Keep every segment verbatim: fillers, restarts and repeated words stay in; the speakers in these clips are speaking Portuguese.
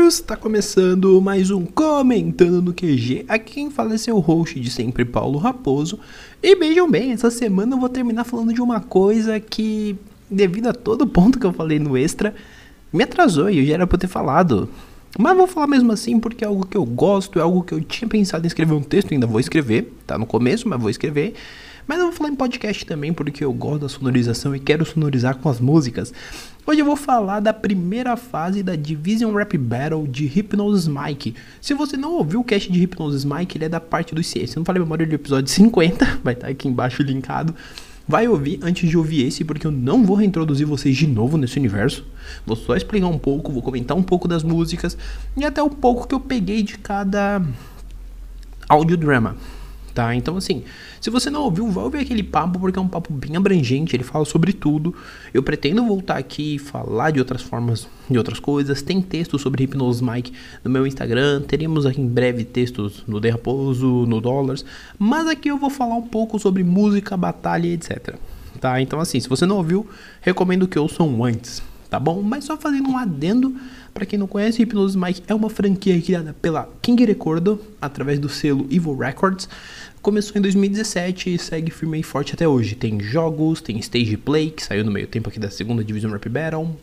Gamers, tá começando mais um Comentando no Q G. Aqui quem fala é seu host de sempre, Paulo Raposo. E vejam bem, essa semana eu vou terminar falando de uma coisa que, devido a todo o ponto que eu falei no extra, me atrasou e eu já era pra eu ter falado. Mas vou falar mesmo assim porque é algo que eu gosto, é algo que eu tinha pensado em escrever um texto, ainda vou escrever, tá no começo, mas vou escrever. Mas eu vou falar em podcast também porque eu gosto da sonorização e quero sonorizar com as músicas. Hoje eu vou falar da primeira fase da Division Rap Battle de Hypnosis Mike. Se você não ouviu o cast de Hypnosis Mike, ele é da parte dos C. Se não falei a memória do episódio cinquenta, vai estar aqui embaixo linkado. Vai ouvir antes de ouvir esse, porque eu não vou reintroduzir vocês de novo nesse universo. Vou só explicar um pouco, vou comentar um pouco das músicas e até um pouco que eu peguei de cada audiodrama. Tá, então assim, se você não ouviu, vai ouvir aquele papo, porque é um papo bem abrangente, ele fala sobre tudo. Eu pretendo voltar aqui e falar de outras formas, de outras coisas. Tem textos sobre Hypnosis Mike no meu Instagram, teremos aqui em breve textos no The Raposo, no Dollars. Mas aqui eu vou falar um pouco sobre música, batalha, etcétera. Tá, então assim, se você não ouviu, recomendo que ouçam antes, tá bom? Mas só fazendo um adendo, para quem não conhece, Hypnosis Mike é uma franquia criada pela King Recordo, através do selo Evil Records. Começou em dois mil e dezessete e segue firme e forte até hoje. Tem jogos, tem Stage Play, que saiu no meio tempo aqui da segunda Division Rap Battle.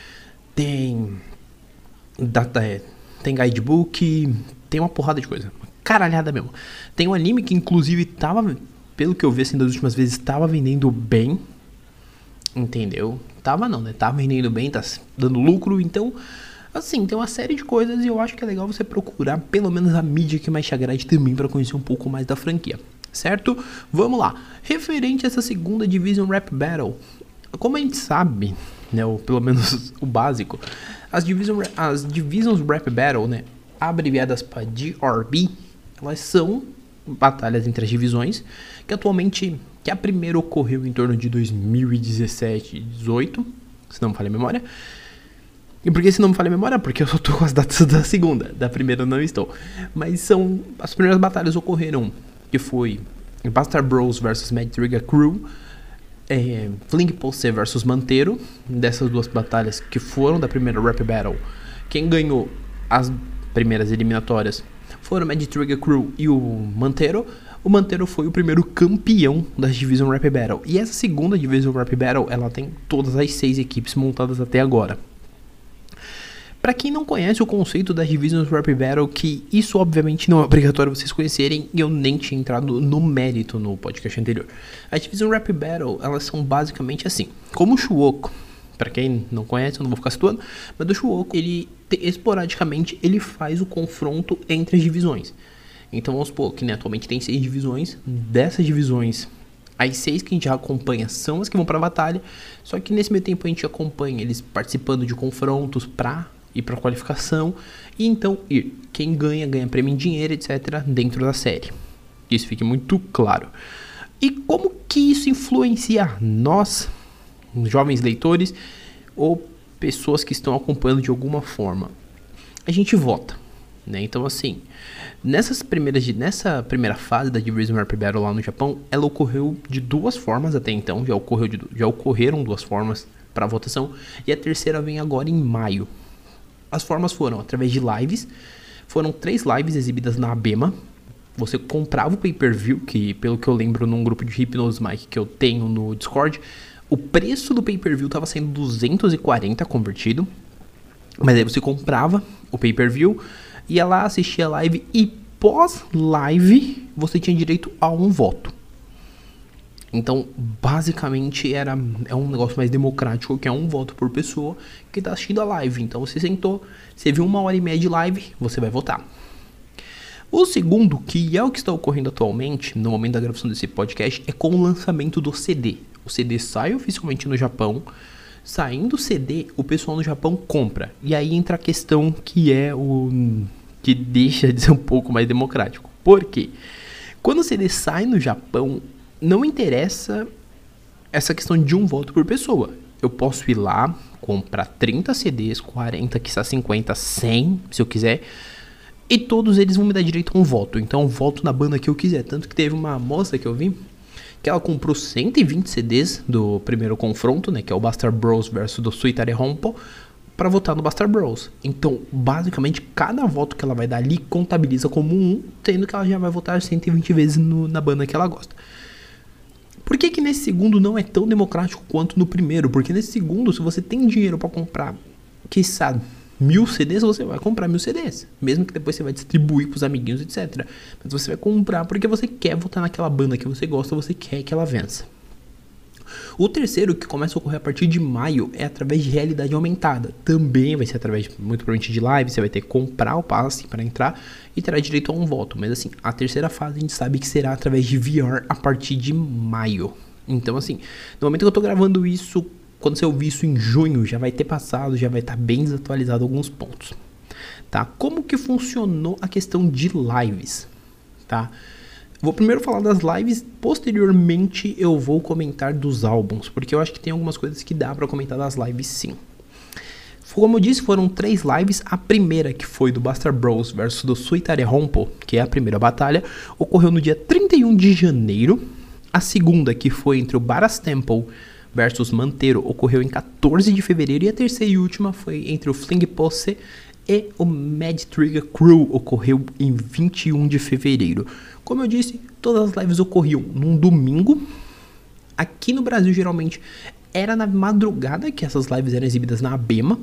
Tem data, é, tem guidebook, tem uma porrada de coisa. Caralhada mesmo. Tem um anime que inclusive tava, pelo que eu vi assim das últimas vezes, tava vendendo bem. Entendeu? Tava não, né? Tava vendendo bem, tá dando lucro, então... Assim, tem uma série de coisas e eu acho que é legal você procurar pelo menos a mídia que mais te agrade também para conhecer um pouco mais da franquia, certo? Vamos lá. Referente a essa segunda Division Rap Battle, como a gente sabe, né, ou pelo menos o básico, as, Division, as Divisions Rap Battle, né, abreviadas para D R B, elas são batalhas entre as divisões, que atualmente, que a primeira ocorreu em torno de dois mil e dezessete e dezoito, se não me falha a memória. E por que se não me falha a memória? Porque eu só tô com as datas da segunda, da primeira eu não estou. Mas são, as primeiras batalhas ocorreram, que foi Bastard Bros versus Mad Trigger Crew, é, Fling Posse versus Mantero, dessas duas batalhas que foram da primeira Rap Battle. Quem ganhou as primeiras eliminatórias foram o Mad Trigger Crew e o Mantero. O Mantero foi o primeiro campeão das Division Rap Battle. E essa segunda Division Rap Battle, ela tem todas as seis equipes montadas até agora. Pra quem não conhece o conceito das Divisions Rap Battle, que isso obviamente não é obrigatório vocês conhecerem, e eu nem tinha entrado no mérito no podcast anterior. As Division Rap Battle, elas são basicamente assim, como o Shuoko. Pra quem não conhece, eu não vou ficar situando, mas do Shuoko, ele, esporadicamente, ele faz o confronto entre as divisões. Então vamos supor que né, atualmente tem seis divisões, dessas divisões... As seis que a gente já acompanha são as que vão pra batalha, só que nesse meio tempo a gente acompanha eles participando de confrontos pra ir pra qualificação, e então ir. Quem ganha, ganha prêmio em dinheiro, etcétera dentro da série. Que isso fique muito claro. E como que isso influencia nós, jovens leitores, ou pessoas que estão acompanhando de alguma forma? A gente vota. Né? Então assim, nessas primeiras, nessa primeira fase da Division Rap Battle lá no Japão, ela ocorreu de duas formas até então, já, ocorreu de, já ocorreram duas formas para votação, e a terceira vem agora em maio. As formas foram através de lives, foram três lives exibidas na Abema, você comprava o pay-per-view, que pelo que eu lembro num grupo de Hypnosis Mike que eu tenho no Discord, o preço do pay-per-view estava sendo duzentos e quarenta convertido, mas aí você comprava o pay-per-view, ia lá, assistia a live e pós-live você tinha direito a um voto. Então, basicamente, era, é um negócio mais democrático, que é um voto por pessoa que está assistindo a live. Então, você sentou, você viu uma hora e meia de live, você vai votar. O segundo, que é o que está ocorrendo atualmente, no momento da gravação desse podcast, é com o lançamento do C D. O C D sai oficialmente no Japão. Saindo o C D, o pessoal no Japão compra. E aí entra a questão que é o... que deixa de ser um pouco mais democrático. Por quê? Quando o C D sai no Japão, não interessa essa questão de um voto por pessoa. Eu posso ir lá, comprar trinta C Ds, quarenta, quiçá cinquenta, cem, se eu quiser. E todos eles vão me dar direito a um voto. Então eu voto na banda que eu quiser. Tanto que teve uma moça que eu vi, que ela comprou cento e vinte C Ds do primeiro confronto, né, que é o Bastard Bros versus do Suitare Honpo, para votar no Buster Bros. Então, basicamente, cada voto que ela vai dar ali contabiliza como um, tendo que ela já vai votar cento e vinte vezes no, na banda que ela gosta. Por que que nesse segundo não é tão democrático quanto no primeiro? Porque nesse segundo, se você tem dinheiro para comprar, quiçá, mil C Ds, você vai comprar mil C Ds. Mesmo que depois você vai distribuir pros amiguinhos, etcétera. Mas você vai comprar porque você quer votar naquela banda que você gosta, você quer que ela vença. O terceiro, que começa a ocorrer a partir de maio, é através de realidade aumentada. Também vai ser através, muito provavelmente, de live. Você vai ter que comprar o passe para entrar e terá direito a um voto. Mas assim, a terceira fase a gente sabe que será através de V R a partir de maio. Então assim, no momento que eu tô gravando isso, quando você ouvir isso em junho, já vai ter passado, já vai estar bem desatualizado alguns pontos. Tá? Como que funcionou a questão de lives? Tá? Vou primeiro falar das lives, posteriormente eu vou comentar dos álbuns, porque eu acho que tem algumas coisas que dá pra comentar das lives sim. Como eu disse, foram três lives. A primeira, que foi do Buster Bros versus do Suitare Rompo, que é a primeira batalha, ocorreu no dia trinta e um de janeiro. A segunda, que foi entre o Baras Temple versus Mantero, ocorreu em quatorze de fevereiro. E a terceira e última foi entre o Fling Posse e o Mad Trigger Crew, ocorreu em vinte e um de fevereiro. Como eu disse, todas as lives ocorriam num domingo. Aqui no Brasil, geralmente, era na madrugada que essas lives eram exibidas na Abema.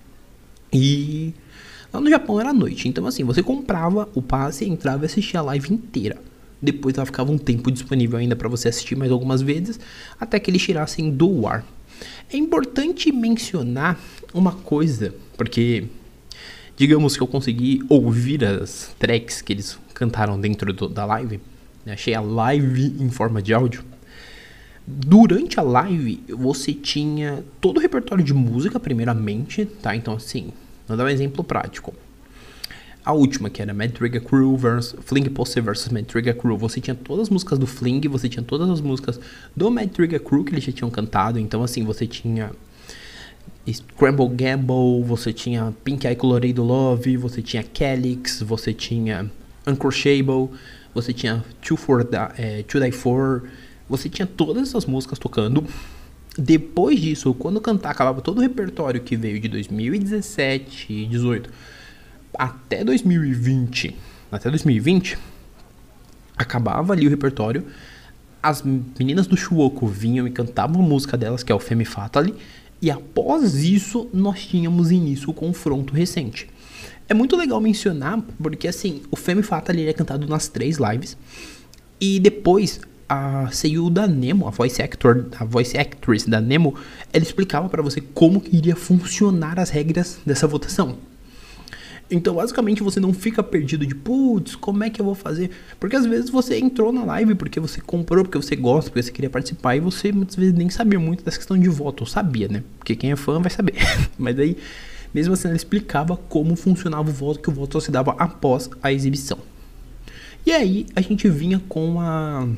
E lá no Japão era à noite. Então assim, você comprava o passe, entrava e assistia a live inteira. Depois ela ficava um tempo disponível ainda para você assistir mais algumas vezes, até que eles tirassem do ar. É importante mencionar uma coisa, porque digamos que eu consegui ouvir as tracks que eles cantaram dentro do, da live, né? Achei a live em forma de áudio. Durante a live, você tinha todo o repertório de música, primeiramente, tá? Então, assim, vou dar um exemplo prático. A última, que era Mad Trigger Crew versus Fling Posse versus Mad Trigger Crew, você tinha todas as músicas do Fling, você tinha todas as músicas do Mad Trigger Crew que eles já tinham cantado. Então, assim, você tinha Scramble Gamble, você tinha Pink Eye Colorado Love, você tinha Calyx, você tinha Uncrochable, você tinha Two for é, To Die For. Você tinha todas essas músicas tocando. Depois disso, quando cantar, acabava todo o repertório que veio de dois mil e dezessete e dezoito até dois mil e vinte. Até dois mil e vinte, acabava ali o repertório. As meninas do Shuoko vinham e cantavam a música delas, que é o Femme Fatale. E após isso, nós tínhamos início o confronto recente. É muito legal mencionar, porque assim, o Femme Fatale é cantado nas três lives. E depois a seiyuu da Nemo, a voice actor, a voice actress da Nemo, ela explicava pra você como que iria funcionar as regras dessa votação. Então, basicamente, você não fica perdido de, putz, como é que eu vou fazer? Porque às vezes você entrou na live porque você comprou, porque você gosta, porque você queria participar, e você muitas vezes nem sabia muito dessa questão de voto. Eu sabia, né? Porque quem é fã vai saber. Mas aí, mesmo assim, ela explicava como funcionava o voto, que o voto só se dava após a exibição. E aí, a gente vinha com a...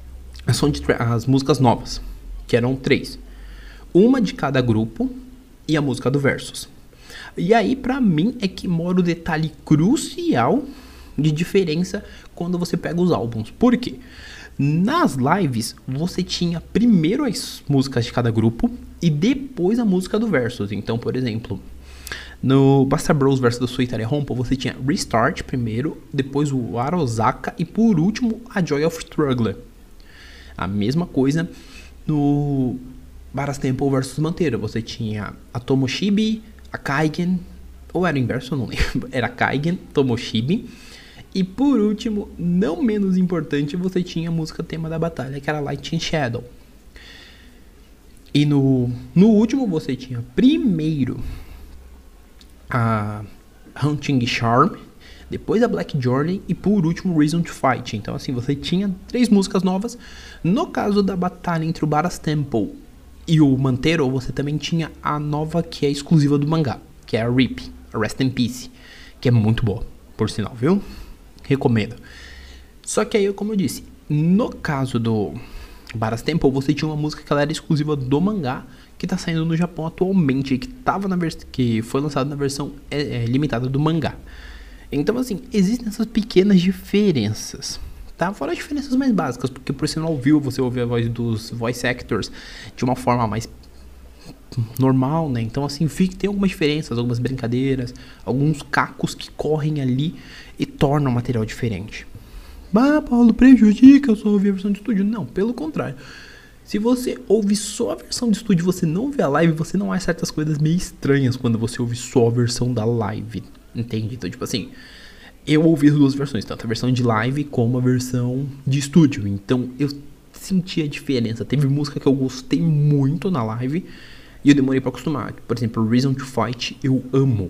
as músicas novas, que eram três, uma de cada grupo e a música do Versus. E aí pra mim é que mora o detalhe crucial de diferença quando você pega os álbuns. Por quê? Nas lives você tinha primeiro as músicas de cada grupo e depois a música do Versus. Então, por exemplo, no Buster Bros versus do Suitare Rompo, você tinha Restart primeiro, depois o Arozaka e por último a Joy of Struggler. A mesma coisa no Baras Temple versus Mantero. Você tinha a Tomoshibi, a Kaigen, ou era o inverso, eu não lembro. Era Kaigen, Tomoshibi. E por último, não menos importante, você tinha a música tema da batalha, que era Light and Shadow. E no, no último você tinha primeiro a Hunting Charm, depois a Black Journey e por último Reason to Fight. Então assim, você tinha três músicas novas. No caso da batalha entre o Baras Temple e o Mantero, você também tinha a nova que é exclusiva do mangá, que é a R I P, a Rest in Peace, que é muito boa, por sinal, viu? Recomendo. Só que aí, como eu disse, no caso do Baras Temple, você tinha uma música que ela era exclusiva do mangá, que tá saindo no Japão atualmente, que, tava na vers- que foi lançado na versão é, é, limitada do mangá. Então, assim, existem essas pequenas diferenças, tá? Fora as diferenças mais básicas, porque por sinal ao vivo você ouve a voz dos voice actors de uma forma mais normal, né? Então, assim, fica, tem algumas diferenças, algumas brincadeiras, alguns cacos que correm ali e tornam o material diferente. Ah, Paulo, prejudica eu só ouvir a versão de estúdio. Não, pelo contrário. Se você ouve só a versão de estúdio e você não vê a live, você não acha certas coisas meio estranhas quando você ouve só a versão da live. Entende? Então, tipo assim, eu ouvi as duas versões, tanto a versão de live como a versão de estúdio. Então, eu senti a diferença. Teve música que eu gostei muito na live e eu demorei pra acostumar. Por exemplo, Reason to Fight eu amo.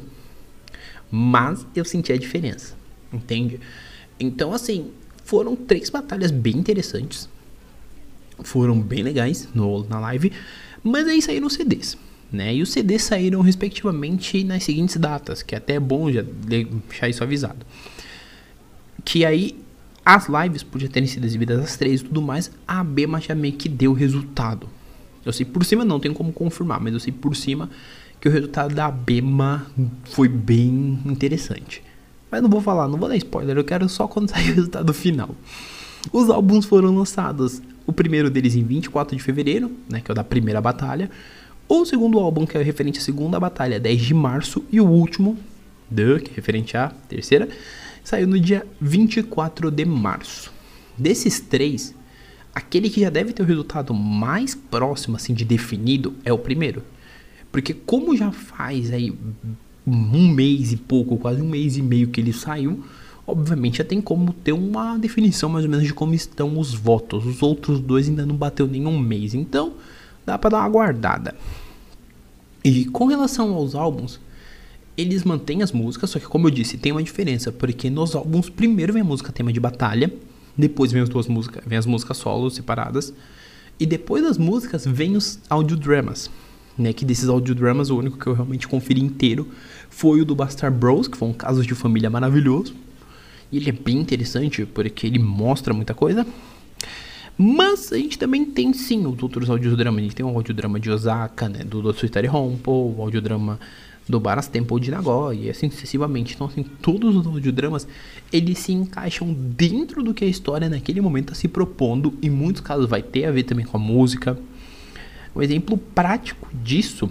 Mas eu senti a diferença. Entende? Então, assim, foram três batalhas bem interessantes. Foram bem legais no, na live. Mas aí saíram os C Ds, né? E os C Ds saíram respectivamente nas seguintes datas, que até é bom já deixar isso avisado. Que aí as lives podiam terem sido exibidas às três e tudo mais. A Abema já meio que deu o resultado. Eu sei por cima, não tenho como confirmar, mas eu sei por cima que o resultado da Abema foi bem interessante. Mas não vou falar, não vou dar spoiler, eu quero só quando sair o resultado final. Os álbuns foram lançados, o primeiro deles em vinte e quatro de fevereiro, né, que é o da primeira batalha. O segundo álbum, que é referente à segunda batalha, dez de março. E o último, The, que é referente à terceira, saiu no dia vinte e quatro de março. Desses três, aquele que já deve ter o resultado mais próximo, assim, de definido, é o primeiro. Porque como já faz aí um mês e pouco, quase um mês e meio que ele saiu, obviamente já tem como ter uma definição mais ou menos de como estão os votos. Os outros dois ainda não bateu nenhum mês, então dá pra dar uma guardada. E com relação aos álbuns, eles mantêm as músicas, só que como eu disse, tem uma diferença, porque nos álbuns primeiro vem a música tema de batalha, depois vem as duas músicas, vem as músicas solos separadas, e depois das músicas vem os audiodramas, né? Que desses audiodramas o único que eu realmente conferi inteiro foi o do Bastard Bros, que foi um caso de família maravilhoso. E ele é bem interessante porque ele mostra muita coisa. Mas a gente também tem sim os outros audiodramas. A gente tem o audiodrama de Osaka, né, do Dotsuitari Honpo, o audiodrama do Baras Temple de Nagoya, e assim sucessivamente. Então, assim, todos os audiodramas, eles se encaixam dentro do que a história naquele momento está se propondo. Em muitos casos vai ter a ver também com a música. Um exemplo prático disso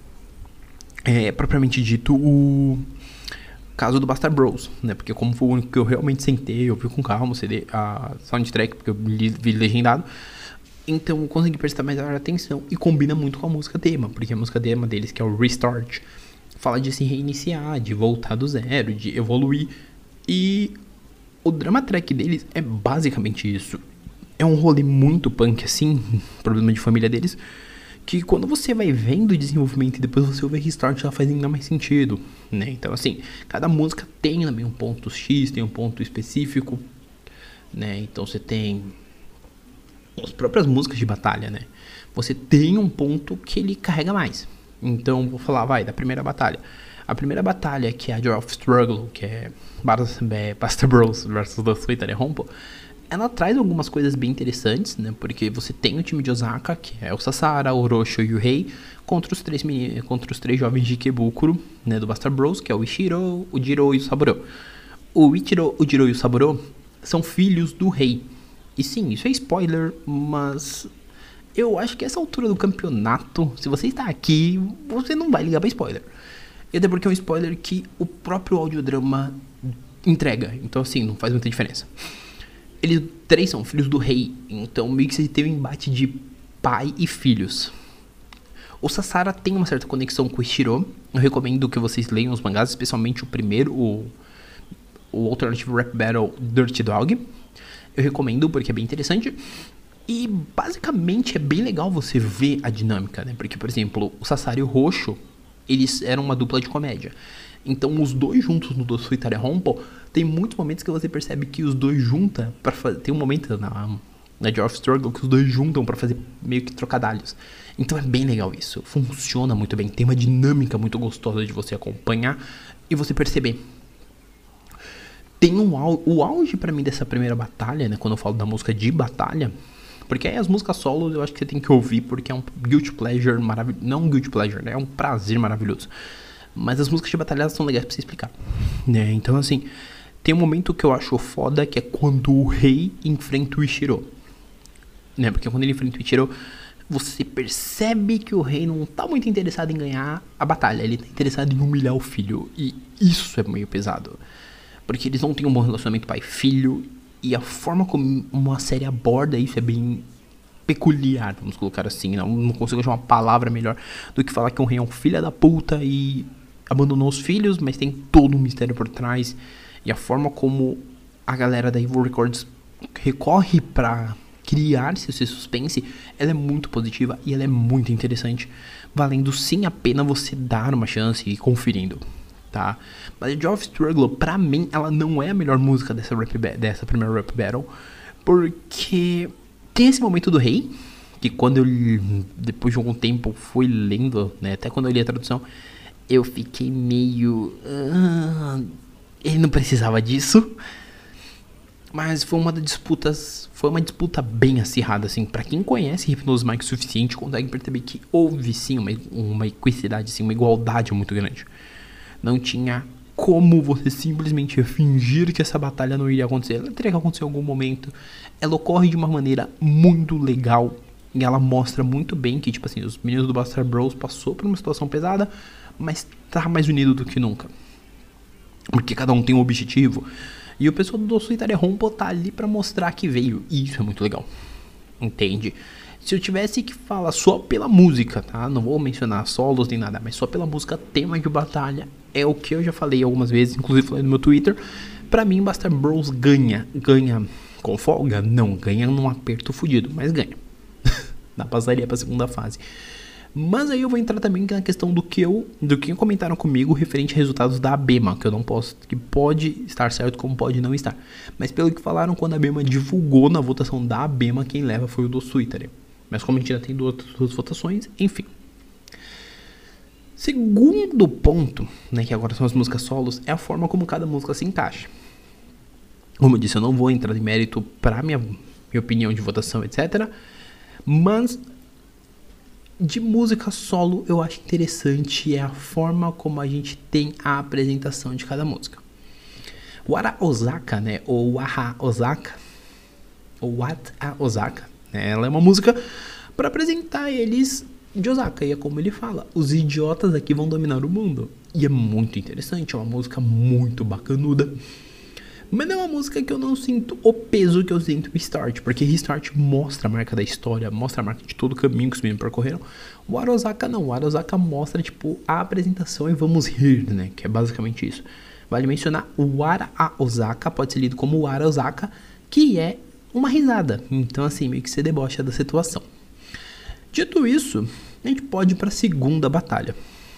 é, propriamente dito, o caso do Bastard Bros, né? Porque como foi o único que eu realmente sentei, eu vi com calma o C D, a soundtrack, porque eu li, vi legendado. Então eu consegui prestar mais atenção e combina muito com a música tema, porque a música tema deles, que é o Restart, fala de se reiniciar, de voltar do zero, de evoluir. E o drama track deles é basicamente isso. É um rolê muito punk, assim, problema de família deles, que quando você vai vendo o desenvolvimento e depois você ouve Restart, ela faz ainda mais sentido, né? Então, assim, cada música tem também um ponto X, tem um ponto específico, né? Então você tem as próprias músicas de batalha, né? Você tem um ponto que ele carrega mais. Então, vou falar, vai, da primeira batalha. A primeira batalha, que é a Joy of Struggle, que é Bastard Bros versus Dotsuitari Honpo, ela traz algumas coisas bem interessantes, né? Porque você tem o time de Osaka, que é o Sasara, o Orochi e o Rei, contra os três, meni- contra os três jovens de Ikebukuro, né? Do Bastard Bros, que é o Ichiro, o Jiro e o Saburo. O Ichiro, o Jiro e o Saburo são filhos do Rei. E sim, isso é spoiler, mas eu acho que essa altura do campeonato, se você está aqui, você não vai ligar pra spoiler. E até porque é um spoiler que o próprio audiodrama entrega. Então, assim, não faz muita diferença. Eles três são filhos do rei, então meio que você tem um embate de pai e filhos. O Sasara tem uma certa conexão com o Ichiro. Eu recomendo que vocês leiam os mangás, especialmente o primeiro, o, o Alternative Rap Battle Dirty Dog. Eu recomendo porque é bem interessante. E basicamente é bem legal você ver a dinâmica, né? Porque, por exemplo, o Sasara e o Roxo, eles eram uma dupla de comédia. Então os dois juntos no Dotsuitari Honpo, tem muitos momentos que você percebe que os dois juntam para fazer. Tem um momento na, na Joy of Struggle que os dois juntam para fazer meio que trocadalhos. Então é bem legal isso. Funciona muito bem. Tem uma dinâmica muito gostosa de você acompanhar e você perceber. Tem um au- o auge pra mim dessa primeira batalha, né? Quando eu falo da música de batalha. Porque aí as músicas solos eu acho que você tem que ouvir, porque é um guilty pleasure maravilhoso. Não um guilty pleasure, né? É um prazer maravilhoso. Mas as músicas de batalha são legais pra você explicar, né? Então, assim, tem um momento que eu acho foda, que é quando o rei enfrenta o Ichiro, né? Porque quando ele enfrenta o Ichiro, você percebe que o rei não tá muito interessado em ganhar a batalha, ele tá interessado em humilhar o filho, e isso é meio pesado, porque eles não têm um bom relacionamento pai-filho, e a forma como uma série aborda isso é bem peculiar, vamos colocar assim, não, não consigo achar uma palavra melhor do que falar que um rei é um filho da puta e abandonou os filhos, mas tem todo um mistério por trás, e a forma como a galera da Evil Records recorre pra criar esse suspense, ela é muito positiva e ela é muito interessante, valendo sim a pena você dar uma chance e ir conferindo, tá? Mas The Joy of Struggle, pra mim, ela não é a melhor música dessa, rap dessa primeira rap battle, porque tem esse momento do rei, que quando eu, depois de algum tempo, fui lendo, né, até quando eu li a tradução, eu fiquei meio... Uh, ele não precisava disso. Mas foi uma das disputas, foi uma disputa bem acirrada, assim. Pra quem conhece Hypnose Mike o suficiente, consegue perceber que houve, sim, uma, uma equicidade, assim, uma igualdade muito grande. Não tinha como você simplesmente fingir que essa batalha não iria acontecer. Ela teria que acontecer em algum momento. Ela ocorre de uma maneira muito legal. E ela mostra muito bem que, tipo assim, os meninos do Buster Bros passou por uma situação pesada, mas tá mais unido do que nunca. Porque cada um tem um objetivo. E o pessoal do Suitare Rompo tá ali pra mostrar que veio. E isso é muito legal. Entende? Se eu tivesse que falar só pela música, tá? Não vou mencionar solos nem nada, mas só pela música tema de batalha. É o que eu já falei algumas vezes, inclusive falei no meu Twitter. Pra mim, Buster Bros ganha. Ganha com folga? Não. Ganha num aperto fudido, mas ganha. Dá passaria pra segunda fase. Mas aí eu vou entrar também na questão do que eu, do que comentaram comigo referente a resultados da ABEMA, que eu não posso, que pode estar certo como pode não estar. Mas pelo que falaram, quando a ABEMA divulgou na votação da ABEMA, quem leva foi o do Suitare. Mas como a gente já tem duas, duas votações, enfim. Segundo ponto, né, que agora são as músicas solos, é a forma como cada música se encaixa. Como eu disse, eu não vou entrar em mérito para minha, minha opinião de votação, etcétera. Mas de música solo eu acho interessante é a forma como a gente tem a apresentação de cada música. O Ara Osaka, né, ou Aha Osaka, ou What a Osaka, né, ela é uma música para apresentar eles de Osaka, e é como ele fala, os idiotas aqui vão dominar o mundo. E é muito interessante, é uma música muito bacanuda. Mas não é uma música que eu não sinto o peso que eu sinto em Restart, porque Restart mostra a marca da história, mostra a marca de todo o caminho que os meninos percorreram. O Arosaka não, o Arosaka mostra, tipo, a apresentação e vamos rir, né, que é basicamente isso. Vale mencionar, o Ara Osaka pode ser lido como o Ara Osaka, que é uma risada, então assim, meio que você debocha da situação. Dito isso, a gente pode ir para a segunda batalha.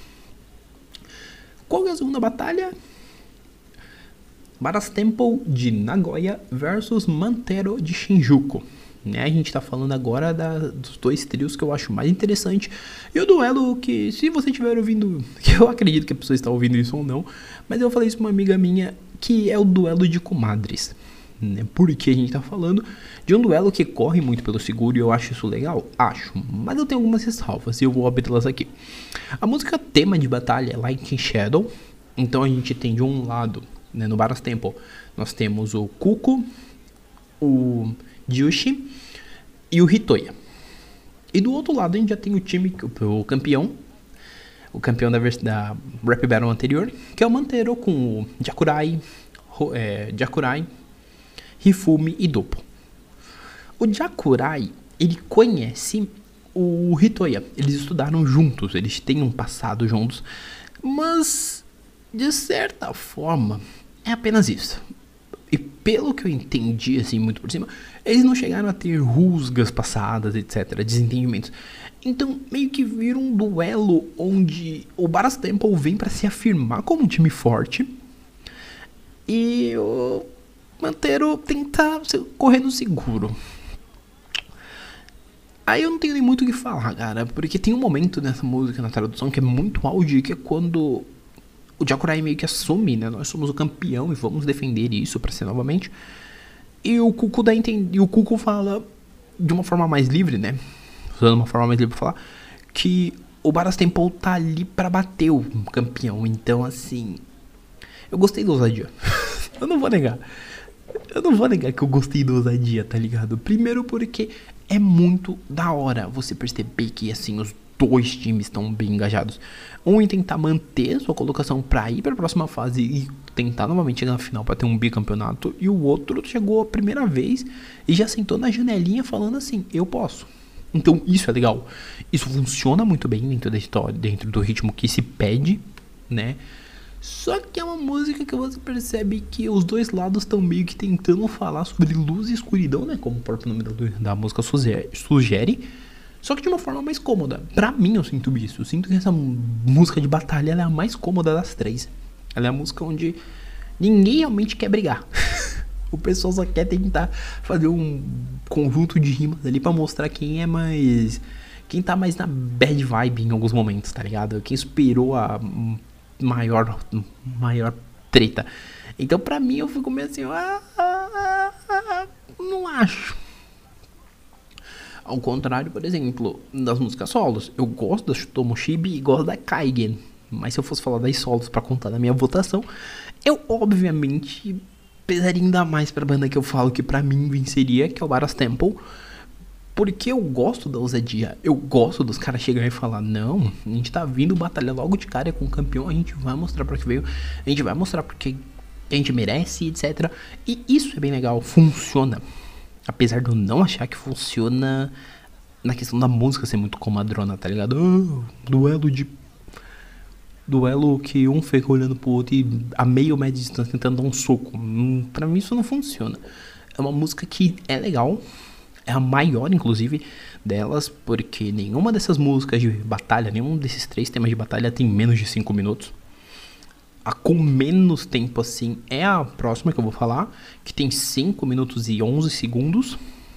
Qual é a segunda batalha? Baras Temple de Nagoya versus Mantero de Shinjuku. Né? A gente tá falando agora da, dos dois trios que eu acho mais interessante. E o duelo que, se você estiver ouvindo, que eu acredito que a pessoa está ouvindo isso ou não, mas eu falei isso pra uma amiga minha, que é o duelo de comadres. Né? Porque a gente tá falando de um duelo que corre muito pelo seguro e eu acho isso legal? Acho, mas eu tenho algumas ressalvas e eu vou abri-las aqui. A música tema de batalha é Lightning Shadow, então a gente tem de um lado, né, no Baras Temple, nós temos o Kuko, o Ryushi e o Hitoya. E do outro lado a gente já tem o time, o campeão, o campeão da, da Rap Battle anterior, que é o Mantero com o Jakurai, é, Jakurai, Hifumi e Doppo. O Jakurai, ele conhece o Hitoya, eles estudaram juntos, eles têm um passado juntos, mas de certa forma é apenas isso. E pelo que eu entendi, assim, muito por cima, eles não chegaram a ter rusgas passadas, etcétera, desentendimentos. Então, meio que vira um duelo onde o Baras Temple vem para se afirmar como um time forte e o Mantero tenta correr no seguro. Aí eu não tenho nem muito o que falar, cara, porque tem um momento nessa música, na tradução, que é muito áudio, que é quando o Jakurai meio que assume, né, nós somos o campeão e vamos defender isso pra ser novamente. E o Kuko dá entend... e o Kuko fala de uma forma mais livre, né, usando uma forma mais livre pra falar, que o Baras Temple tá ali pra bater o campeão. Então, assim, eu gostei do ousadia. Eu não vou negar. eu não vou negar que eu gostei do Ousadia, tá ligado? Primeiro porque é muito da hora você perceber que, assim, os dois times estão bem engajados. Um em tentar manter sua colocação pra ir pra próxima fase e tentar novamente chegar na final pra ter um bicampeonato. E o outro chegou a primeira vez e já sentou na janelinha falando assim, eu posso. Então isso é legal. Isso funciona muito bem dentro da história, dentro do ritmo que se pede, né? Só que é uma música que você percebe que os dois lados estão meio que tentando falar sobre luz e escuridão, né? Como o próprio nome da, da música sugere, sugere. Só que de uma forma mais cômoda. Pra mim eu sinto isso. Eu sinto que essa música de batalha ela é a mais cômoda das três. Ela é a música onde ninguém realmente quer brigar. O pessoal só quer tentar fazer um conjunto de rimas ali pra mostrar quem é mais... Quem tá mais na bad vibe em alguns momentos, tá ligado? Quem esperou a maior, maior treta. Então pra mim eu fico meio assim... Ah, ah, ah, não acho. Ao contrário, por exemplo, das músicas solos. Eu gosto da Tomochibi e gosto da Kaigen. Mas se eu fosse falar das solos pra contar na minha votação, eu obviamente pesaria ainda mais pra banda que eu falo que pra mim venceria, que é o Baras Temple. Porque eu gosto da ousadia. Eu gosto dos caras chegarem e falar, não, a gente tá vindo batalhar logo de cara com o campeão, a gente vai mostrar pra que veio, a gente vai mostrar porque a gente merece, etcétera. E isso é bem legal, funciona. Apesar de eu não achar que funciona na questão da música ser muito comadrona, tá ligado? Oh, duelo de... Duelo que um fica olhando pro outro e a meio média de distância tentando dar um soco. Hum, pra mim isso não funciona. É uma música que é legal. É a maior, inclusive, delas. Porque nenhuma dessas músicas de batalha, nenhum desses três temas de batalha tem menos de cinco minutos. A com menos tempo assim é a próxima que eu vou falar, que tem cinco minutos e onze segundos.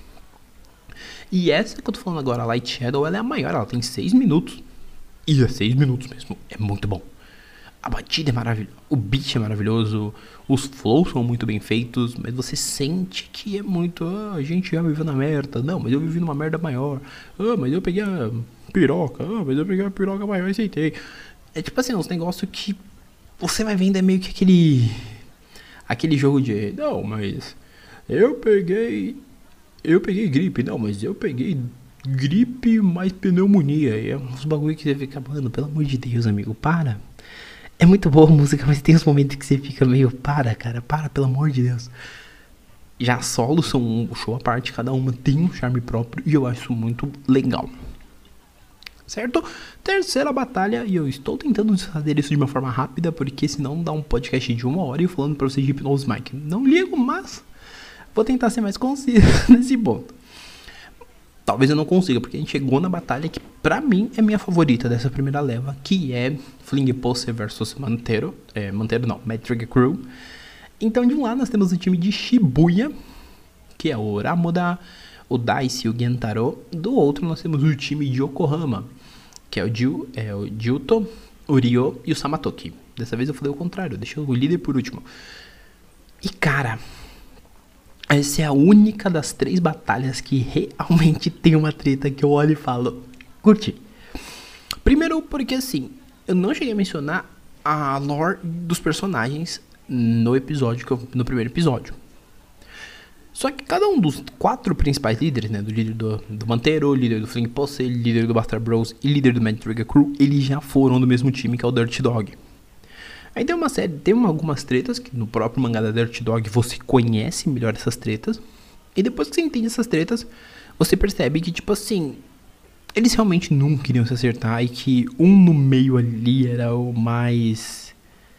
E essa que eu tô falando agora, a Light Shadow, ela é a maior, ela tem seis minutos. E é seis minutos mesmo, é muito bom. A batida é maravilhosa, o beat é maravilhoso, os flows são muito bem feitos, mas você sente que é muito, ah, a gente já viveu na merda, não, mas eu vivi numa merda maior, ah, mas eu peguei a piroca, ah, mas eu peguei a piroca maior e aceitei. É tipo assim, uns negócios que você vai vendo, é meio que aquele, aquele jogo de, não, mas eu peguei, eu peguei gripe, não, mas eu peguei gripe mais pneumonia, e é uns bagulho que você fica, mano, pelo amor de Deus, amigo, para. É muito boa a música, mas tem uns momentos que você fica meio, para, cara, para, pelo amor de Deus. Já solos são um show à parte, cada uma tem um charme próprio, e eu acho isso muito legal. Certo? Terceira batalha, e eu estou tentando fazer isso de uma forma rápida, porque senão dá um podcast de uma hora e eu falando pra vocês de Hypnose Mike. Não ligo, mas vou tentar ser mais conciso nesse ponto. Talvez eu não consiga, porque a gente chegou na batalha que pra mim é minha favorita dessa primeira leva, que é Fling Pose versus Mantero. É, Mantero não, Metric Crew. Então de um lado nós temos o time de Shibuya, que é o Ramoda, o Dice e o Gentaro. Do outro nós temos o time de Yokohama, que é o, Jiu, é o Jiuto, o Ryo e o Samatoki. Dessa vez eu falei o contrário, deixei o líder por último. E cara, essa é a única das três batalhas que realmente tem uma treta que eu olho e falo, curti. Primeiro porque assim, eu não cheguei a mencionar a lore dos personagens no episódio, que eu, no primeiro episódio. Só que cada um dos quatro principais líderes, né, do líder do, do Mantero, líder do Fling Pose, líder do Bastard Bros e líder do Mad Trigger Crew, eles já foram do mesmo time, que é o Dirty Dog. Aí tem uma série, tem uma, algumas tretas, que no próprio mangá da Dirty Dog você conhece melhor essas tretas. E depois que você entende essas tretas, você percebe que, tipo assim, eles realmente não queriam se acertar e que um no meio ali era o mais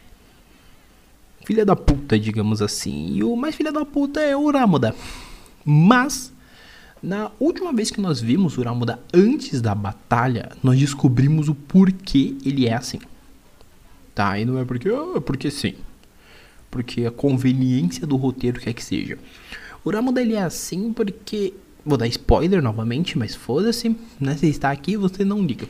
filha da puta, digamos assim. E o mais filha da puta é o Ramoda. Mas, na última vez que nós vimos o Ramoda antes da batalha, nós descobrimos o porquê ele é assim. Tá, e não é porque, oh, é porque sim. Porque a conveniência do roteiro quer que seja. O Ramoda ele é assim porque... Vou dar spoiler novamente, mas foda-se, né? Você está aqui, você não liga.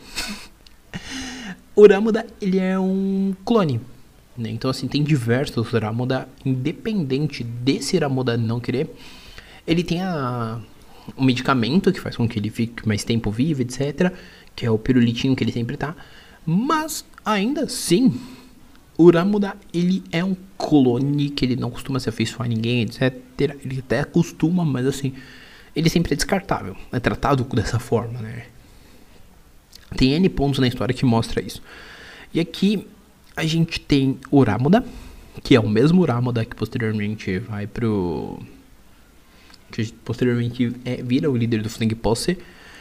O Ramoda, ele é um clone, né? Então assim, tem diversos Ramoda, independente desse Ramoda não querer. Ele tem a... um medicamento que faz com que ele fique mais tempo vivo, etcétera. Que é o pirulitinho que ele sempre tá. Mas, ainda assim, O Uramuda, ele é um clone que ele não costuma se afeiçoar a ninguém, etcétera. Ele até costuma, mas assim, ele sempre é descartável. É tratado dessa forma, né? Tem N pontos na história que mostra isso. E aqui a gente tem o Uramuda, que é o mesmo Uramuda que posteriormente vai pro... que posteriormente é, vira o líder do Flying Posse,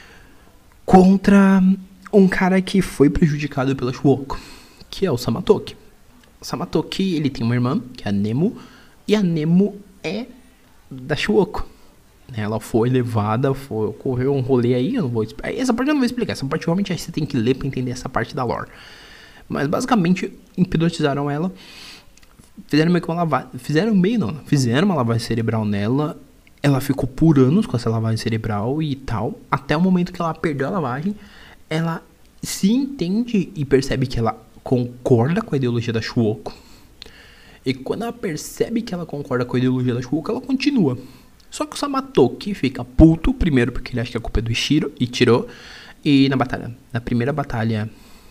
contra um cara que foi prejudicado pela Shuoko, que é o Samatoki. O Samatoki, ele tem uma irmã, que é a Nemu, e a Nemu é da Shuoko. Ela foi levada, foi, ocorreu um rolê aí, eu não vou explicar. Essa parte eu não vou explicar, essa parte realmente você tem que ler pra entender essa parte da lore. Mas basicamente, hipnotizaram ela, fizeram meio que uma lavagem, fizeram meio não, fizeram uma lavagem cerebral nela. Ela ficou por anos com essa lavagem cerebral e tal, até o momento que ela perdeu a lavagem, ela se entende e percebe que ela concorda com a ideologia da Shuoko. E quando ela percebe que ela concorda com a ideologia da Shuoko, ela continua. Só que o Samatoki fica puto, primeiro porque ele acha que a culpa é do Ichiro, e tirou. E na batalha, na primeira batalha,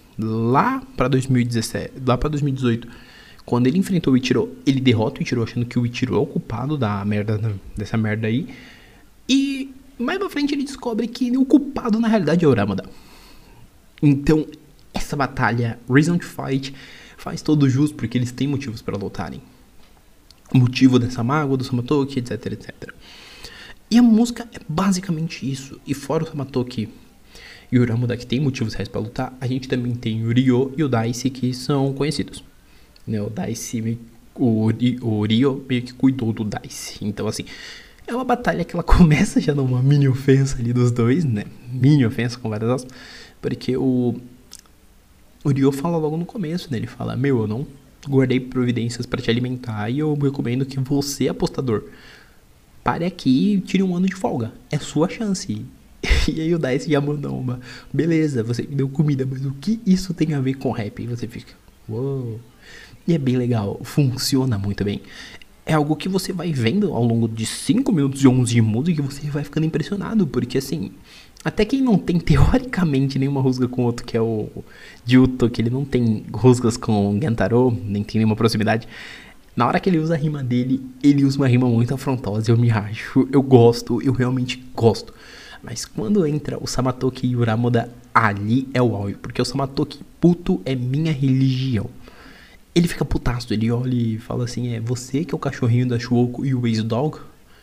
lá pra dois mil e dezessete, lá pra dois mil e dezoito, quando ele enfrentou o Ichiro, ele derrota o Ichiro achando que o Ichiro é o culpado da merda, dessa merda aí. E mais pra frente ele descobre que o culpado na realidade é o Uramuda. Então, essa batalha, Reason to Fight, faz todo justo porque eles têm motivos para lutarem. O motivo dessa mágoa, do Samatoki, etc, etcétera. E a música é basicamente isso. E fora o Samatoki e o Uramuda, que tem motivos reais para lutar, a gente também tem o Ryo e o Daice, que são conhecidos. Né, o Daice, o, o Ryo meio que cuidou do Daice. Então, assim, é uma batalha que ela começa já numa mini ofensa ali dos dois, né? Mini ofensa com várias aspas. Porque o, o Ryo fala logo no começo, né? Ele fala, meu, eu não guardei providências para te alimentar e eu recomendo que você, apostador, pare aqui e tire um ano de folga. É sua chance. E aí o Daice já mandou uma, beleza, você me deu comida, mas o que isso tem a ver com rap? E você fica, uou. E é bem legal, funciona muito bem. É algo que você vai vendo ao longo de cinco minutos e onze de música e você vai ficando impressionado, porque assim, até quem não tem teoricamente nenhuma rusga com o outro, que é o Ryuto, que ele não tem rusgas com o Gentaro, nem tem nenhuma proximidade, na hora que ele usa a rima dele, ele usa uma rima muito afrontosa, eu me racho, eu gosto, eu realmente gosto. Mas quando entra o Samatoki e o Uramuda, ali é o auge, porque o Samatoki, puto, é minha religião. Ele fica putaço, ele olha e fala assim, é você que é o cachorrinho da Shuoko e o ex-dog?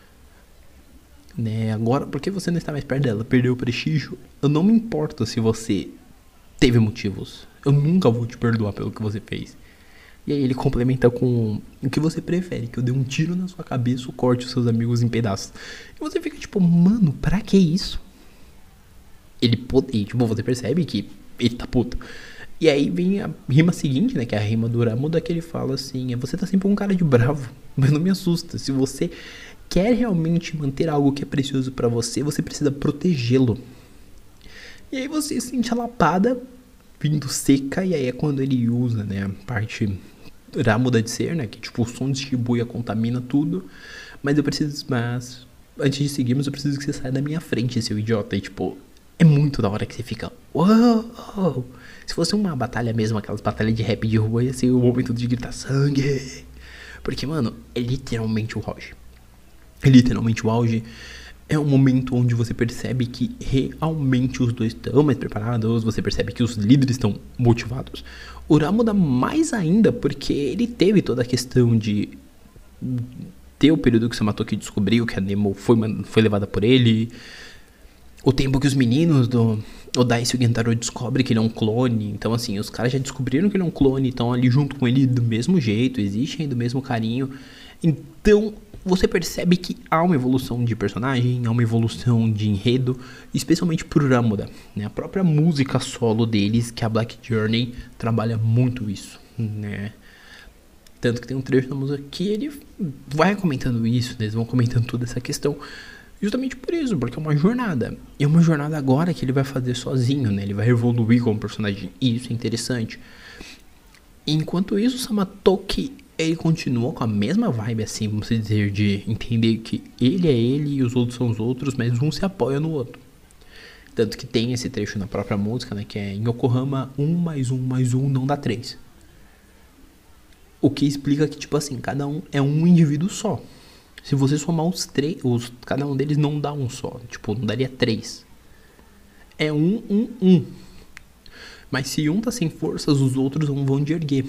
Né, agora, por que você não está mais perto dela? Perdeu o prestígio? Eu não me importo se você teve motivos. Eu nunca vou te perdoar pelo que você fez. E aí ele complementa com o que você prefere, que eu dê um tiro na sua cabeça ou corte os seus amigos em pedaços. E você fica tipo, mano, pra que isso? Ele, e, tipo, você percebe que ele tá puto. E aí vem a rima seguinte, né, que é a rima do Uramuda, que ele fala assim, você tá sempre um cara de bravo, mas não me assusta. Se você quer realmente manter algo que é precioso pra você, você precisa protegê-lo. E aí você sente a lapada vindo seca, e aí é quando ele usa, né, a parte Uramuda de ser, né, que tipo, o som de Shibuya contamina tudo, mas eu preciso, mas antes de seguirmos, eu preciso que você saia da minha frente, seu idiota, e tipo, é muito da hora que você fica, uou. Se fosse uma batalha mesmo, aquelas batalhas de rap de rua, ia ser o momento de gritar sangue. Porque, mano, é literalmente o auge. É literalmente o auge. É um momento onde você percebe que realmente os dois estão mais preparados. Você percebe que os líderes estão motivados. O Uramuda mais ainda, porque ele teve toda a questão de ter o período que o Samatoki descobriu que a Nemo foi, foi levada por ele. O tempo que os meninos do o Daice e o Gentaro descobrem que ele é um clone. Então, assim, os caras já descobriram que ele é um clone. Estão ali junto com ele do mesmo jeito. Existem do mesmo carinho. Então, você percebe que há uma evolução de personagem. Há uma evolução de enredo. Especialmente pro Uramuda, né? A própria música solo deles, que é a Black Journey, trabalha muito isso, né? Tanto que tem um trecho da música que ele vai comentando isso, né? Eles vão comentando toda essa questão. Justamente por isso, porque é uma jornada. E é uma jornada agora que ele vai fazer sozinho, né? Ele vai evoluir como personagem. E isso é interessante. Enquanto isso, o Samatoki, ele continua com a mesma vibe, assim, vamos dizer, de entender que ele é ele e os outros são os outros, mas um se apoia no outro. Tanto que tem esse trecho na própria música, né? Que é em Yokohama, um mais um mais um não dá três. O que explica que, tipo assim, cada um é um indivíduo só. Se você somar os três, os, cada um deles não dá um só. Tipo, não daria três. É um, um, um. Mas se um tá sem forças, os outros não vão de erguer.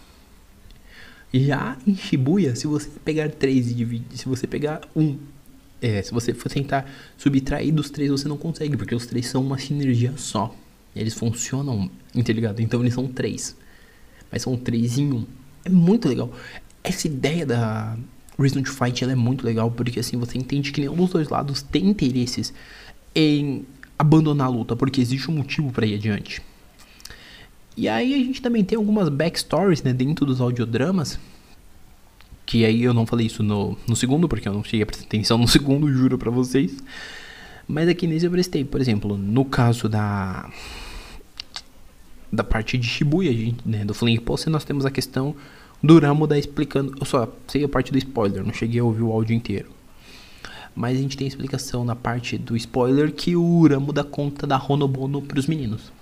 Já em Shibuya, se você pegar três e dividir, se você pegar um, é, se você for tentar subtrair dos três, você não consegue, porque os três são uma sinergia só. Eles funcionam interligados, então eles são três. Mas são três em um. É muito legal. Essa ideia da Reason to Fight, ela é muito legal, porque assim, você entende que nenhum dos dois lados tem interesses em abandonar a luta, porque existe um motivo pra ir adiante. E aí a gente também tem algumas backstories, né, dentro dos audiodramas, que aí eu não falei isso no, no segundo, porque eu não cheguei a prestar atenção no segundo, juro pra vocês. Mas aqui nesse eu prestei, por exemplo, no caso da da parte de Shibuya, gente, né, do Flying Post, nós temos a questão do Ramuda explicando, eu só sei a parte do spoiler, não cheguei a ouvir o áudio inteiro. Mas a gente tem a explicação na parte do spoiler que o Ramuda conta da Honobono pros meninos.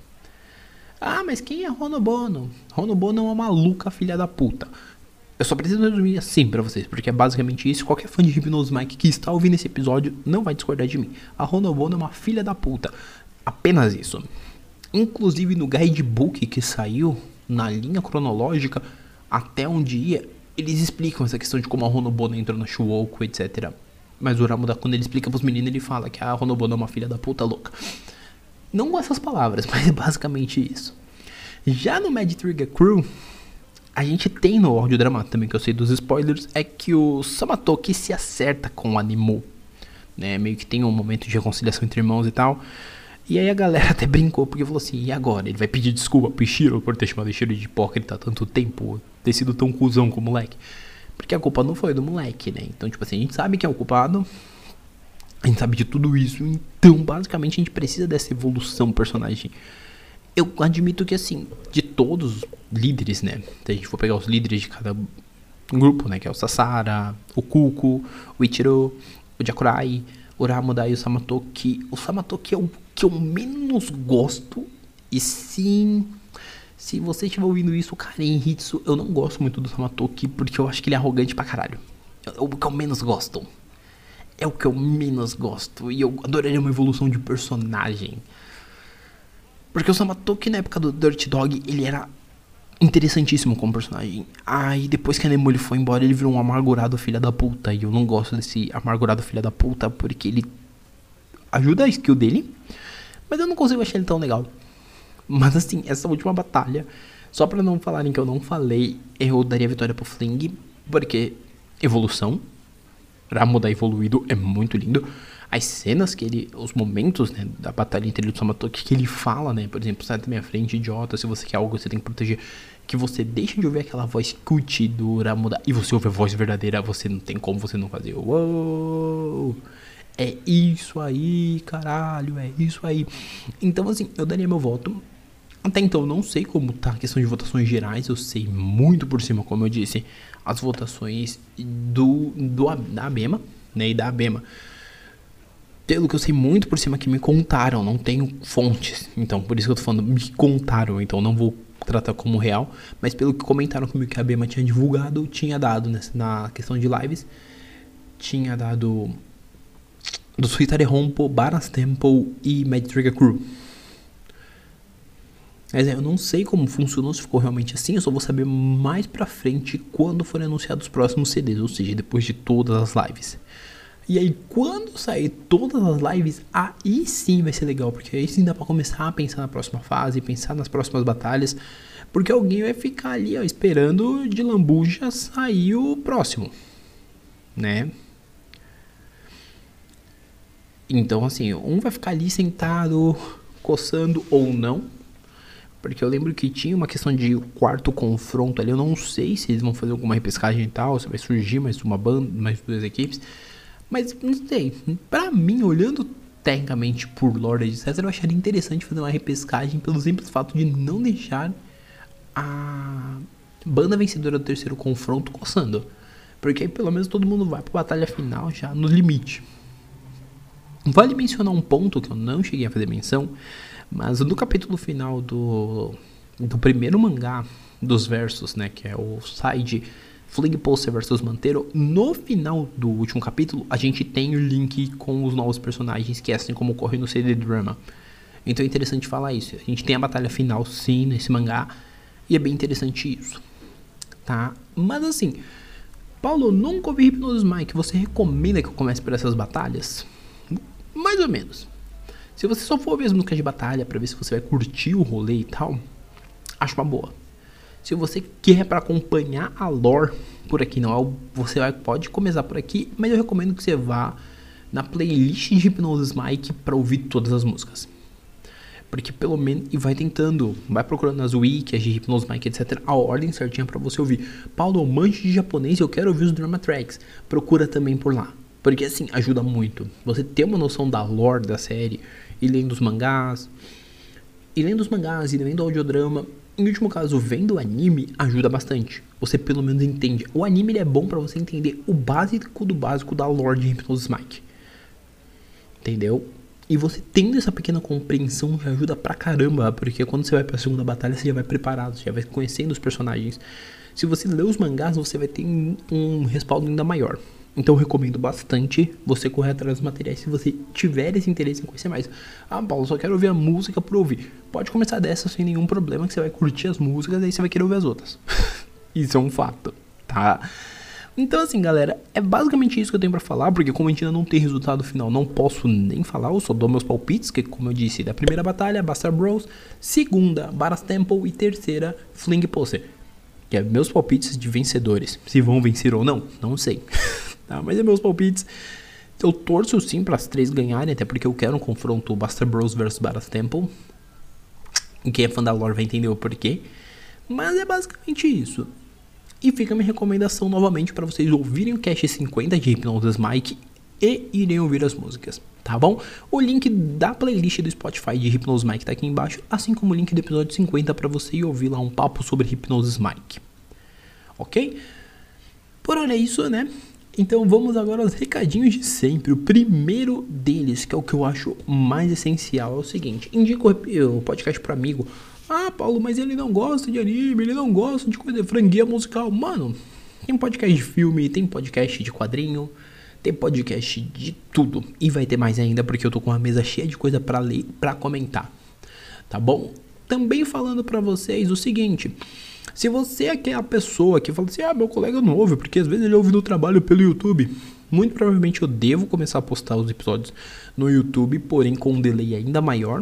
Ah, mas quem é Honobono? Honobono é uma maluca filha da puta. Eu só preciso resumir assim pra vocês, porque é basicamente isso. Qualquer fã de Hypnosis Mic que está ouvindo esse episódio não vai discordar de mim. A Honobono é uma filha da puta. Apenas isso. Inclusive no guidebook que saiu, na linha cronológica, até um dia, eles explicam essa questão de como a Honobono entrou na Shuoku, etcétera. Mas o Ramuda, quando ele explica pros meninos, ele fala que a Honobono é uma filha da puta louca. Não com essas palavras, mas é basicamente isso. Já no Mad Trigger Crew, a gente tem no audiodrama também, que eu sei dos spoilers, é que o Samatoki se acerta com o Animo, né? Meio que tem um momento de reconciliação entre irmãos e tal. E aí a galera até brincou, porque falou assim, e agora? Ele vai pedir desculpa pro Ishiro por ter chamado Ishiro de hipócrita há tanto tempo, ter sido tão cuzão com o moleque. Porque a culpa não foi do moleque, né? Então, tipo assim, a gente sabe que é o culpado, a gente sabe de tudo isso, então basicamente a gente precisa dessa evolução do personagem. Eu admito que assim, de todos os líderes, né, se a gente for pegar os líderes de cada grupo, né, que é o Sasara, o Kuko, o Ichiro, o Jakurai, o Ramuda e o Samatoki. O Samatoki é o que eu menos gosto, e sim, se você estiver ouvindo isso, Karen Hitsu, eu não gosto muito do Samatoki, porque eu acho que ele é arrogante pra caralho. É o que eu menos gosto. É o que eu menos gosto. E eu adoraria uma evolução de personagem. Porque o Samatoki, na época do Dirty Dog, ele era interessantíssimo como personagem. Aí depois que a Nemo ele foi embora, ele virou um amargurado filha da puta. E eu não gosto desse amargurado filha da puta, porque ele ajuda a skill dele, mas eu não consigo achar ele tão legal. Mas assim, essa última batalha, só pra não falarem que eu não falei, eu daria a vitória pro Fling, porque evolução. Ramuda evoluído é muito lindo. As cenas que ele, os momentos, né, da batalha entre ele e o Samatoki, que ele fala, né, por exemplo, sai da minha frente, idiota, se você quer algo, você tem que proteger. Que você deixa de ouvir aquela voz cult do Ramuda e você ouve a voz verdadeira, você não tem como você não fazer. Uou! É isso aí, caralho, é isso aí. Então, assim, eu daria meu voto. Até então, eu não sei como tá a questão de votações gerais, eu sei muito por cima, como eu disse, as votações do, do da ABEMA, né, e da ABEMA. Pelo que eu sei muito por cima que me contaram, não tenho fontes, então por isso que eu tô falando, me contaram, então não vou tratar como real, mas pelo que comentaram comigo que a ABEMA tinha divulgado, tinha dado nessa, na questão de lives, tinha dado do Suitare Rompo, Baras Temple e Mad Trigger Crew. Mas é, eu não sei como funcionou, se ficou realmente assim, eu só vou saber mais pra frente quando forem anunciados os próximos C Ds, ou seja, depois de todas as lives. E aí quando sair todas as lives, aí sim vai ser legal, porque aí sim dá pra começar a pensar na próxima fase, pensar nas próximas batalhas, porque alguém vai ficar ali, ó, esperando de lambuja sair o próximo, né? Então assim, um vai ficar ali sentado, coçando ou não, porque eu lembro que tinha uma questão de quarto confronto ali, eu não sei se eles vão fazer alguma repescagem e tal, se vai surgir mais uma banda, mais duas equipes, mas não sei, pra mim, olhando tecnicamente por lore, etcétera, eu acharia interessante fazer uma repescagem pelo simples fato de não deixar a banda vencedora do terceiro confronto coçando, porque aí pelo menos todo mundo vai pra batalha final já no limite. Vale mencionar um ponto que eu não cheguei a fazer menção, mas no capítulo final do do primeiro mangá dos versos, né, que é o side Fling Poster versus Mantero, no final do último capítulo, a gente tem o link com os novos personagens, que é assim como ocorre no C D Drama. Então é interessante falar isso. A gente tem a batalha final, sim, nesse mangá, e é bem interessante isso, tá? Mas assim, Paulo, nunca ouvi Hypnosis Mic, você recomenda que eu comece por essas batalhas? Mais ou menos. Se você só for ver as músicas de batalha pra ver se você vai curtir o rolê e tal, acho uma boa. Se você quer para acompanhar a lore por aqui, não, você vai, pode começar por aqui, mas eu recomendo que você vá na playlist de Hypnosis Mic para ouvir todas as músicas. Porque pelo menos, e vai tentando, vai procurando nas wikis de Hypnosis Mic, etcétera, a ordem certinha para você ouvir. Paulo, eu manjo de japonês, eu quero ouvir os drama tracks. Procura também por lá. Porque assim, ajuda muito. Você ter uma noção da lore da série, e lendo os mangás, e lendo os mangás, e lendo o audiodrama. Em último caso, vendo o anime ajuda bastante. Você pelo menos entende. O anime ele é bom pra você entender o básico do básico da lore de Hypnosis Mic. Entendeu? E você tendo essa pequena compreensão já ajuda pra caramba. Porque quando você vai pra segunda batalha, você já vai preparado. Você já vai conhecendo os personagens. Se você ler os mangás, você vai ter um, um respaldo ainda maior. Então eu recomendo bastante você correr atrás dos materiais se você tiver esse interesse em conhecer mais. Ah, Paulo, só quero ouvir a música por ouvir. Pode começar dessa sem nenhum problema, que você vai curtir as músicas e aí você vai querer ouvir as outras. Isso é um fato, tá? Então assim, galera, é basicamente isso que eu tenho pra falar, porque como a gente ainda não tem resultado final, não posso nem falar, eu só dou meus palpites, que como eu disse, da primeira batalha, Bastard Bros, segunda, Baras Temple e terceira, Fling Poster. Que é meus palpites de vencedores. Se vão vencer ou não, não sei. Tá, mas é meus palpites. Eu torço sim para as três ganharem, até porque eu quero um confronto Bastard Bros versus Baras Temple. E quem é fã da lore vai entender o porquê. Mas é basicamente isso. E fica a minha recomendação novamente para vocês ouvirem o Cast cinquenta de Hypnosis Mic e irem ouvir as músicas, tá bom? O link da playlist do Spotify de Hypnosis Mic tá aqui embaixo, assim como o link do episódio cinquenta para você ir ouvir lá um papo sobre Hypnosis Mic. Ok? Por hora é isso, né? Então vamos agora aos recadinhos de sempre. O primeiro deles, que é o que eu acho mais essencial, é o seguinte: indica o podcast pro amigo. Ah, Paulo, mas ele não gosta de anime, ele não gosta de coisa de franguia musical. Mano, tem podcast de filme, tem podcast de quadrinho, tem podcast de tudo. E vai ter mais ainda, porque eu tô com uma mesa cheia de coisa pra ler, pra comentar. Tá bom? Também falando pra vocês o seguinte: se você é aquela pessoa que fala assim, ah, meu colega não ouve, porque às vezes ele ouve no trabalho pelo YouTube. Muito provavelmente eu devo começar a postar os episódios no YouTube, porém com um delay ainda maior.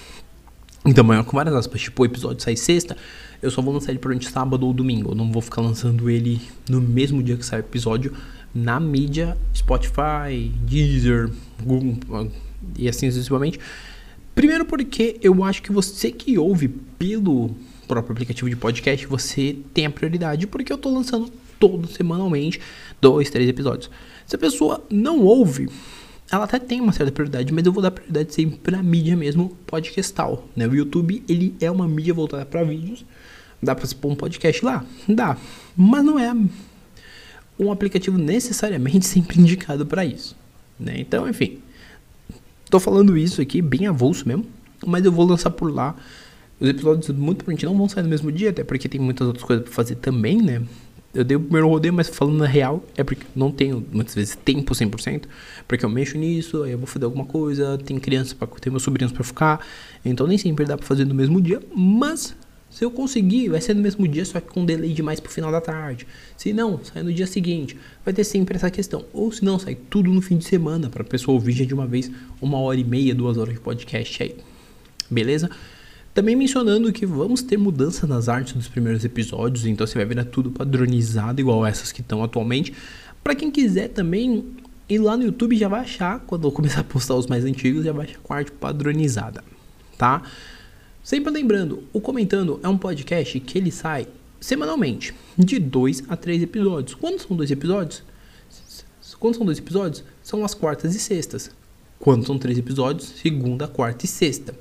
Então maior com várias aspas, tipo o episódio sai sexta, eu só vou lançar ele durante sábado ou domingo. Eu não vou ficar lançando ele no mesmo dia que sai o episódio na mídia Spotify, Deezer, Google e assim sucessivamente. Primeiro porque eu acho que você que ouve pelo próprio aplicativo de podcast, você tem a prioridade, porque eu tô lançando todo semanalmente dois, três episódios. Se a pessoa não ouve, ela até tem uma certa prioridade, mas eu vou dar prioridade sempre pra mídia mesmo podcastal, né? O YouTube, ele é uma mídia voltada para vídeos. Dá pra se pôr um podcast lá? Dá. Mas não é um aplicativo necessariamente sempre indicado para isso, né? Então, enfim, tô falando isso aqui bem avulso mesmo, mas eu vou lançar por lá. Os episódios muito provavelmente não vão sair no mesmo dia, até porque tem muitas outras coisas pra fazer também, né? Eu dei o primeiro rodeio, mas falando na real, é porque não tenho, muitas vezes, tempo cem por cento, porque eu mexo nisso, aí eu vou fazer alguma coisa, tem crianças pra ter meus sobrinhos pra ficar, então nem sempre dá pra fazer no mesmo dia, mas se eu conseguir, vai ser no mesmo dia, só que com delay demais pro final da tarde. Se não, sai no dia seguinte, vai ter sempre essa questão. Ou se não, sai tudo no fim de semana, pra pessoa ouvir já de uma vez, uma hora e meia, duas horas de podcast aí, beleza? Também mencionando que vamos ter mudança nas artes dos primeiros episódios, então você vai ver tudo padronizado, igual essas que estão atualmente. Pra quem quiser também ir lá no YouTube, já vai achar, quando eu começar a postar os mais antigos, já vai achar com a arte padronizada, tá? Sempre lembrando, o Comentando é um podcast que ele sai semanalmente, de dois a três episódios. Quando são dois episódios? Quando são dois episódios? São as quartas e sextas. Quando são três episódios? Segunda, quarta e sexta.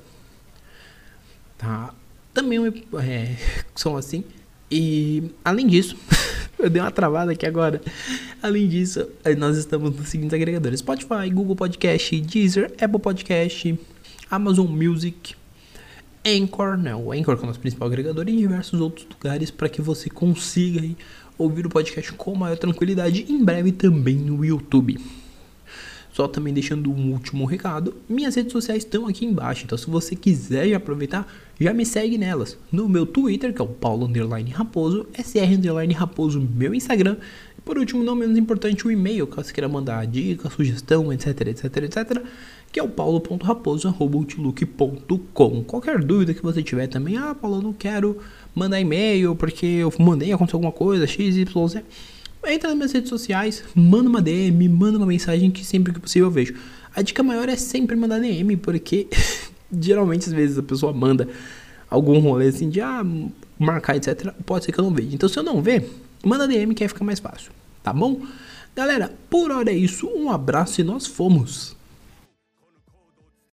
Tá? Também é, são assim. E além disso, eu dei uma travada aqui agora. Além disso, nós estamos nos seguintes agregadores: Spotify, Google Podcast, Deezer, Apple Podcast, Amazon Music, Anchor, né? O Anchor, que é o nosso principal agregador, e em diversos outros lugares para que você consiga aí, ouvir o podcast com maior tranquilidade. Em breve também no YouTube. Só também deixando um último recado, minhas redes sociais estão aqui embaixo, então se você quiser já aproveitar, já me segue nelas. No meu Twitter, que é o Paulo Underline Raposo, S R Underline Raposo, meu Instagram. E por último, não menos importante, o e-mail, caso você queira mandar dica, sugestão, etc, etc, etc, que é o paulo ponto raposo arroba outlook ponto com. Qualquer dúvida que você tiver também, ah, Paulo, eu não quero mandar e-mail porque eu mandei, aconteceu alguma coisa, x, y, z. Entra nas minhas redes sociais, manda uma D M, manda uma mensagem que sempre que possível eu vejo. A dica maior é sempre mandar D M, porque geralmente às vezes a pessoa manda algum rolê assim de ah, marcar, etcétera. Pode ser que eu não veja. Então se eu não ver, manda D M que aí fica mais fácil, tá bom? Galera, por hora é isso, um abraço e nós fomos!